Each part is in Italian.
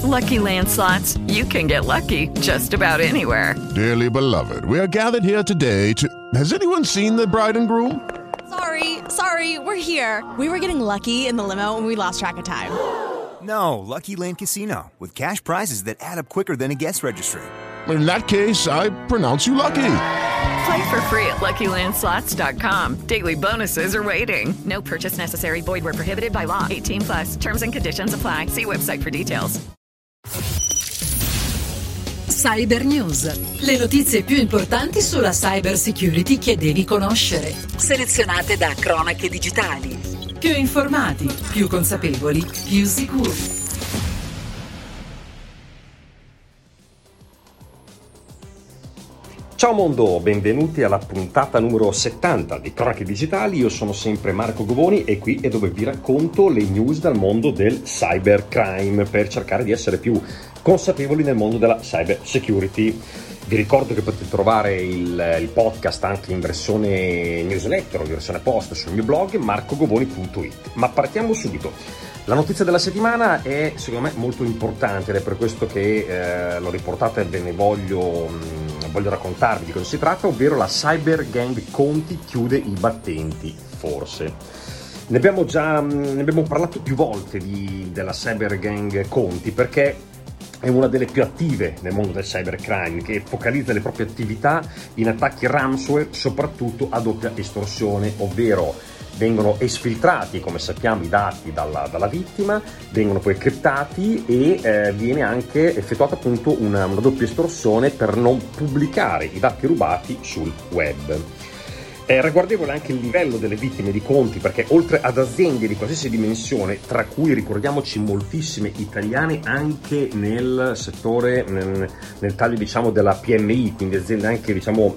Lucky Land Slots, you can get lucky just about anywhere. Dearly beloved, we are gathered here today to... Has anyone seen the bride and groom? Sorry, we're here. We were getting lucky in the limo and we lost track of time. No, Lucky Land Casino, with cash prizes that add up quicker than a guest registry. In that case, I pronounce you lucky. Play for free at LuckyLandSlots.com. Daily bonuses are waiting. No purchase necessary. Void where prohibited by law. 18+. Terms and conditions apply. See website for details. Cyber News. Le notizie più importanti sulla cyber security che devi conoscere. Selezionate da Cronache Digitali. Più informati, più consapevoli, più sicuri. Ciao mondo, benvenuti alla puntata numero 70 di Cronache Digitali. Io sono sempre Marco Govoni e qui è dove vi racconto le news dal mondo del cybercrime per cercare di essere più consapevoli nel mondo della cyber security. Vi ricordo che potete trovare il podcast anche in versione newsletter o in versione post sul mio blog marcogovoni.it. Ma partiamo subito. La notizia della settimana è secondo me molto importante ed è per questo che l'ho riportata e ve ne voglio raccontarvi di cosa si tratta, ovvero la cyber gang Conti chiude i battenti, forse. Ne abbiamo parlato più volte della cyber gang Conti perché è una delle più attive nel mondo del cybercrime, che focalizza le proprie attività in attacchi ransomware, soprattutto a doppia estorsione, ovvero vengono esfiltrati, come sappiamo, i dati dalla vittima, vengono poi criptati e viene anche effettuata appunto una doppia estorsione per non pubblicare i dati rubati sul web. È ragguardevole anche il livello delle vittime di Conti, perché oltre ad aziende di qualsiasi dimensione, tra cui ricordiamoci moltissime italiane anche nel settore, nel taglio diciamo della PMI, quindi aziende anche diciamo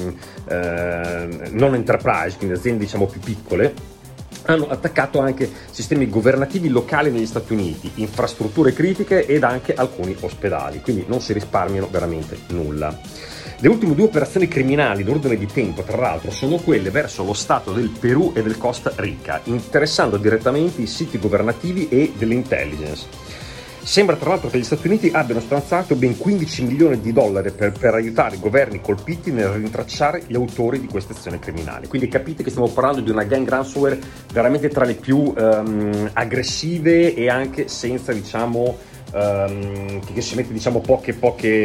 non enterprise, quindi aziende diciamo più piccole, hanno attaccato anche sistemi governativi locali negli Stati Uniti, infrastrutture critiche ed anche alcuni ospedali, quindi non si risparmiano veramente nulla. Le ultime due operazioni criminali d'ordine di tempo, tra l'altro, sono quelle verso lo Stato del Perù e del Costa Rica, interessando direttamente i siti governativi e dell'intelligence. Sembra tra l'altro che gli Stati Uniti abbiano stanziato ben 15 milioni di dollari per aiutare i governi colpiti nel rintracciare gli autori di queste azioni criminali. Quindi capite che stiamo parlando di una gang ransomware veramente tra le più aggressive e anche senza diciamo che si mette diciamo pochi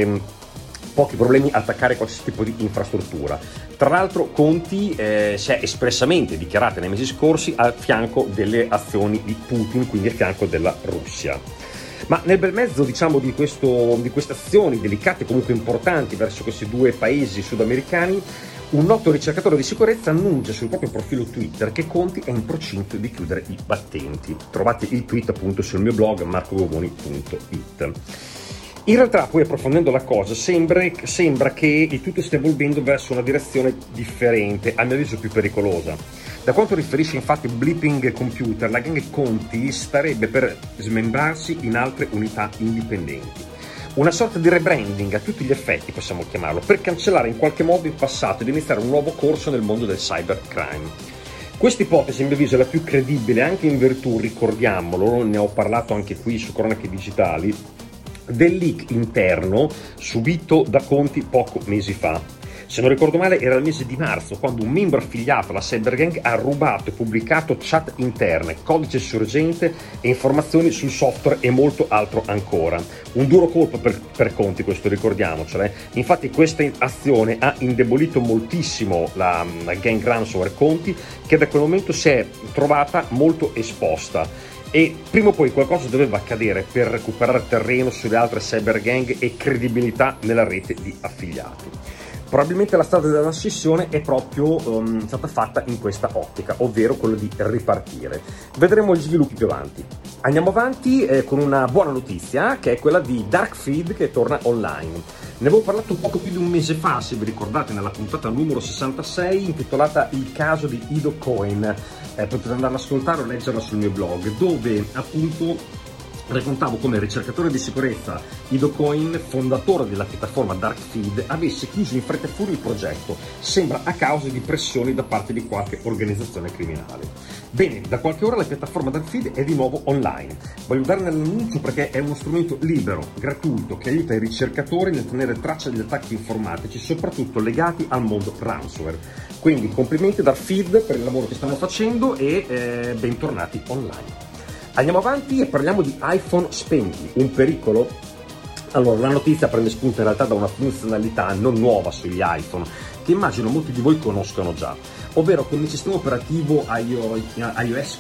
problemi a attaccare qualsiasi tipo di infrastruttura. Tra l'altro Conti si è espressamente dichiarata nei mesi scorsi al fianco delle azioni di Putin, quindi al fianco della Russia. Ma nel bel mezzo diciamo di queste azioni delicate comunque importanti verso questi due paesi sudamericani, un noto ricercatore di sicurezza annuncia sul proprio profilo Twitter che Conti è in procinto di chiudere i battenti. Trovate il tweet appunto sul mio blog marcogovoni.it. In realtà poi approfondendo la cosa sembra che il tutto stia evolvendo verso una direzione differente, a mio avviso più pericolosa. Da quanto riferisce infatti Bleeping Computer, la gang Conti starebbe per smembrarsi in altre unità indipendenti. Una sorta di rebranding a tutti gli effetti, possiamo chiamarlo, per cancellare in qualche modo il passato ed iniziare un nuovo corso nel mondo del cybercrime. Questa ipotesi, a mio avviso, è la più credibile anche in virtù, ricordiamolo, ne ho parlato anche qui su Cronache Digitali, del leak interno subito da Conti poco mesi fa. Se non ricordo male era il mese di marzo, quando un membro affiliato alla cybergang ha rubato e pubblicato chat interne, codice sorgente e informazioni sul software e molto altro ancora. Un duro colpo per Conti, questo ricordiamocelo. Infatti questa azione ha indebolito moltissimo la gang ransomware Conti, che da quel momento si è trovata molto esposta. E prima o poi qualcosa doveva accadere per recuperare terreno sulle altre cyber gang e credibilità nella rete di affiliati. Probabilmente la strada della scissione è proprio stata fatta in questa ottica, ovvero quello di ripartire. Vedremo gli sviluppi più avanti. Andiamo avanti con una buona notizia, che è quella di Darkfeed che torna online. Ne avevo parlato poco più di un mese fa, se vi ricordate, nella puntata numero 66 intitolata Il caso di Ido Cohen. Potete andare ad ascoltare o leggerla sul mio blog, dove appunto raccontavo come il ricercatore di sicurezza Ido Cohen, fondatore della piattaforma Darkfeed, avesse chiuso in fretta e furia il progetto, sembra a causa di pressioni da parte di qualche organizzazione criminale. Bene, da qualche ora la piattaforma DarkFeed è di nuovo online. Voglio darne l'annuncio perché è uno strumento libero, gratuito, che aiuta i ricercatori nel tenere traccia degli attacchi informatici, soprattutto legati al mondo ransomware. Quindi complimenti DarkFeed per il lavoro che stanno facendo e bentornati online. Andiamo avanti e parliamo di iPhone spenti, un pericolo? Allora, la notizia prende spunto in realtà da una funzionalità non nuova sugli iPhone, che immagino molti di voi conoscono già, ovvero con il sistema operativo iOS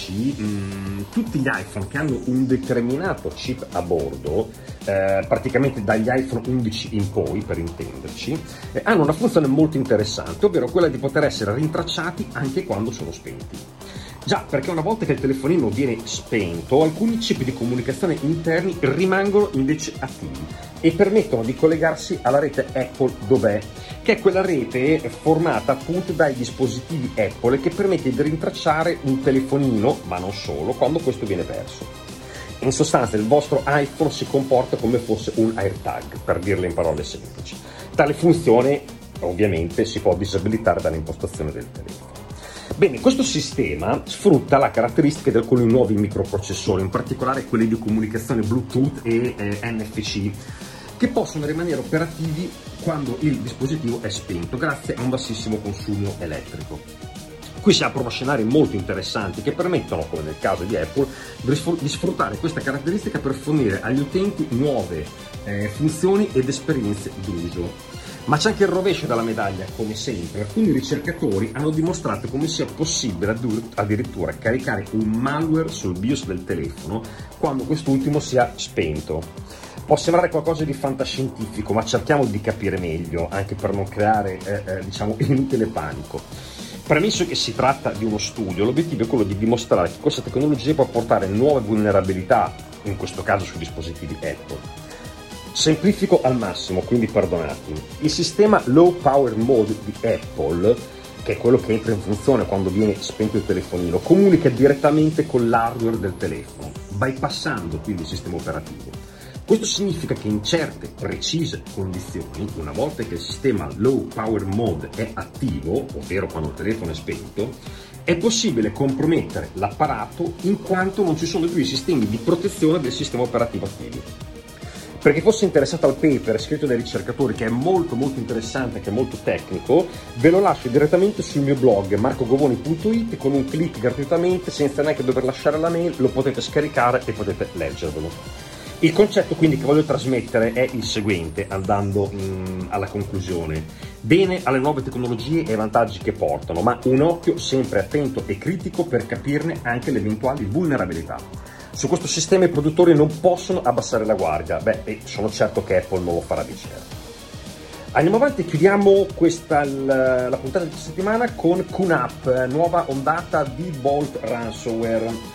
15 tutti gli iPhone che hanno un determinato chip a bordo, praticamente dagli iPhone 11 in poi per intenderci, hanno una funzione molto interessante, ovvero quella di poter essere rintracciati anche quando sono spenti. Già, perché una volta che il telefonino viene spento, alcuni chip di comunicazione interni rimangono invece attivi e permettono di collegarsi alla rete Apple Dov'è, che è quella rete formata appunto dai dispositivi Apple che permette di rintracciare un telefonino, ma non solo, quando questo viene perso. In sostanza il vostro iPhone si comporta come fosse un AirTag, per dirle in parole semplici. Tale funzione ovviamente si può disabilitare dall'impostazione del telefono. Bene, questo sistema sfrutta la caratteristica di alcuni nuovi microprocessori, in particolare quelli di comunicazione Bluetooth e NFC, che possono rimanere operativi quando il dispositivo è spento, grazie a un bassissimo consumo elettrico. Qui si aprono scenari molto interessanti che permettono, come nel caso di Apple, di sfruttare questa caratteristica per fornire agli utenti nuove funzioni ed esperienze d'uso. Ma c'è anche il rovescio della medaglia, come sempre. Alcuni ricercatori hanno dimostrato come sia possibile addirittura caricare un malware sul BIOS del telefono quando quest'ultimo sia spento. Può sembrare qualcosa di fantascientifico, ma cerchiamo di capire meglio, anche per non creare inutile panico. Premesso che si tratta di uno studio, l'obiettivo è quello di dimostrare che questa tecnologia può portare nuove vulnerabilità, in questo caso sui dispositivi Apple. Semplifico al massimo, quindi perdonatemi. Il sistema Low Power Mode di Apple, che è quello che entra in funzione quando viene spento il telefonino, comunica direttamente con l'hardware del telefono, bypassando quindi il sistema operativo. Questo significa che in certe precise condizioni, una volta che il sistema Low Power Mode è attivo, ovvero quando il telefono è spento, è possibile compromettere l'apparato in quanto non ci sono più i sistemi di protezione del sistema operativo attivi. Per chi fosse interessato al paper scritto dai ricercatori, che è molto interessante, che è molto tecnico, ve lo lascio direttamente sul mio blog marcogovoni.it, con un click gratuitamente, senza neanche dover lasciare la mail, lo potete scaricare e potete leggervelo. Il concetto quindi che voglio trasmettere è il seguente, andando alla conclusione. Bene alle nuove tecnologie e ai vantaggi che portano, ma un occhio sempre attento e critico per capirne anche le eventuali vulnerabilità. Su questo sistema i produttori non possono abbassare la guardia, e sono certo che Apple non lo farà di certo. Andiamo avanti e chiudiamo la puntata di questa settimana con QNAP, nuova ondata di Bolt ransomware.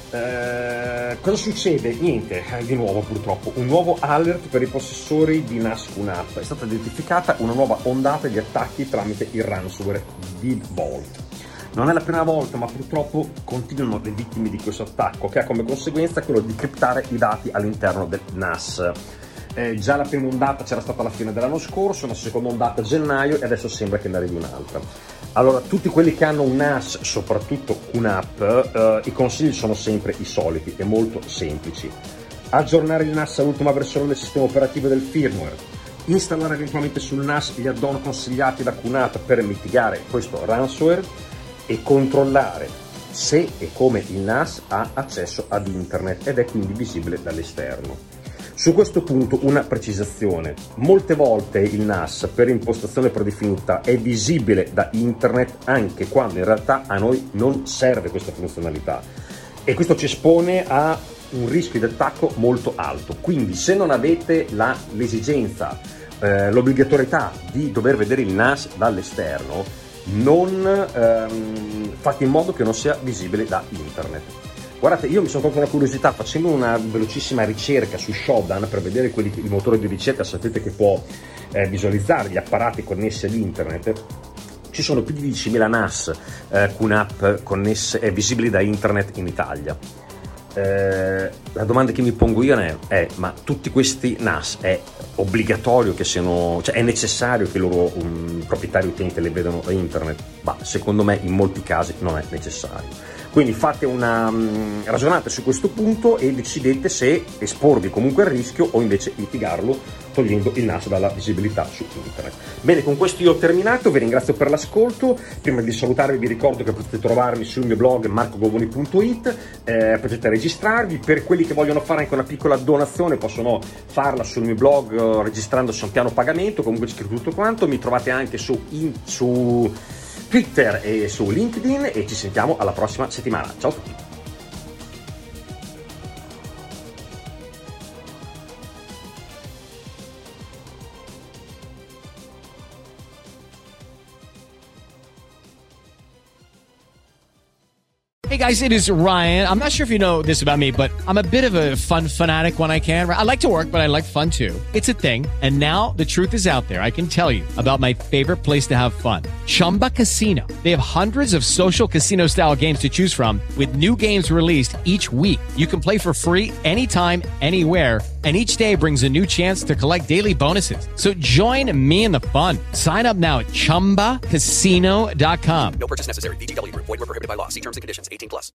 Cosa succede? Niente, di nuovo purtroppo, un nuovo alert per i possessori di NAS QNAP. È stata identificata una nuova ondata di attacchi tramite il ransomware di Bolt. Non è la prima volta, ma purtroppo continuano le vittime di questo attacco, che ha come conseguenza quello di criptare i dati all'interno del NAS. Già la prima ondata c'era stata alla fine dell'anno scorso, una seconda ondata a gennaio e adesso sembra che ne arrivi un'altra. Allora, tutti quelli che hanno un NAS, soprattutto QNAP, i consigli sono sempre i soliti e molto semplici. Aggiornare il NAS all'ultima versione del sistema operativo del firmware, installare eventualmente sul NAS gli add-on consigliati da QNAP per mitigare questo ransomware, e controllare se e come il NAS ha accesso ad internet ed è quindi visibile dall'esterno. Su questo punto una precisazione: molte volte il NAS per impostazione predefinita è visibile da internet anche quando in realtà a noi non serve questa funzionalità, e questo ci espone a un rischio di attacco molto alto. Quindi se non avete l'esigenza, l'obbligatorietà di dover vedere il NAS dall'esterno, non fate in modo che non sia visibile da internet. Guardate, io mi sono tolto una curiosità facendo una velocissima ricerca su Shodan per vedere il motore di ricerca, sapete che può visualizzare gli apparati connessi ad internet. Ci sono più di 10.000 NAS QNAP connesse e visibili da internet in Italia. La domanda che mi pongo io è ma tutti questi NAS è obbligatorio che siano, cioè è necessario che i loro proprietari utenti le vedano da internet? Ma secondo me in molti casi non è necessario. Quindi fate ragionate su questo punto e decidete se esporvi comunque al rischio o invece mitigarlo togliendo il NAS dalla visibilità su internet. Bene, con questo io ho terminato, vi ringrazio per l'ascolto. Prima di salutarvi vi ricordo che potete trovarmi sul mio blog marcogovoni.it, potete registrarvi. Per quelli che vogliono fare anche una piccola donazione possono farla sul mio blog registrandosi a un piano pagamento, comunque c'è scritto tutto quanto. Mi trovate anche su Twitter e su LinkedIn e ci sentiamo alla prossima settimana. Ciao a tutti. Hey guys, it is Ryan. I'm not sure if you know this about me, but I'm a bit of a fun fanatic when I can. I like to work, but I like fun too. It's a thing. And now the truth is out there. I can tell you about my favorite place to have fun. Chumba Casino. They have hundreds of social casino style games to choose from with new games released each week. You can play for free anytime, anywhere. And each day brings a new chance to collect daily bonuses. So join me in the fun. Sign up now at ChumbaCasino.com. No purchase necessary. VGW Group. Void where prohibited by law. See terms and conditions. 18+.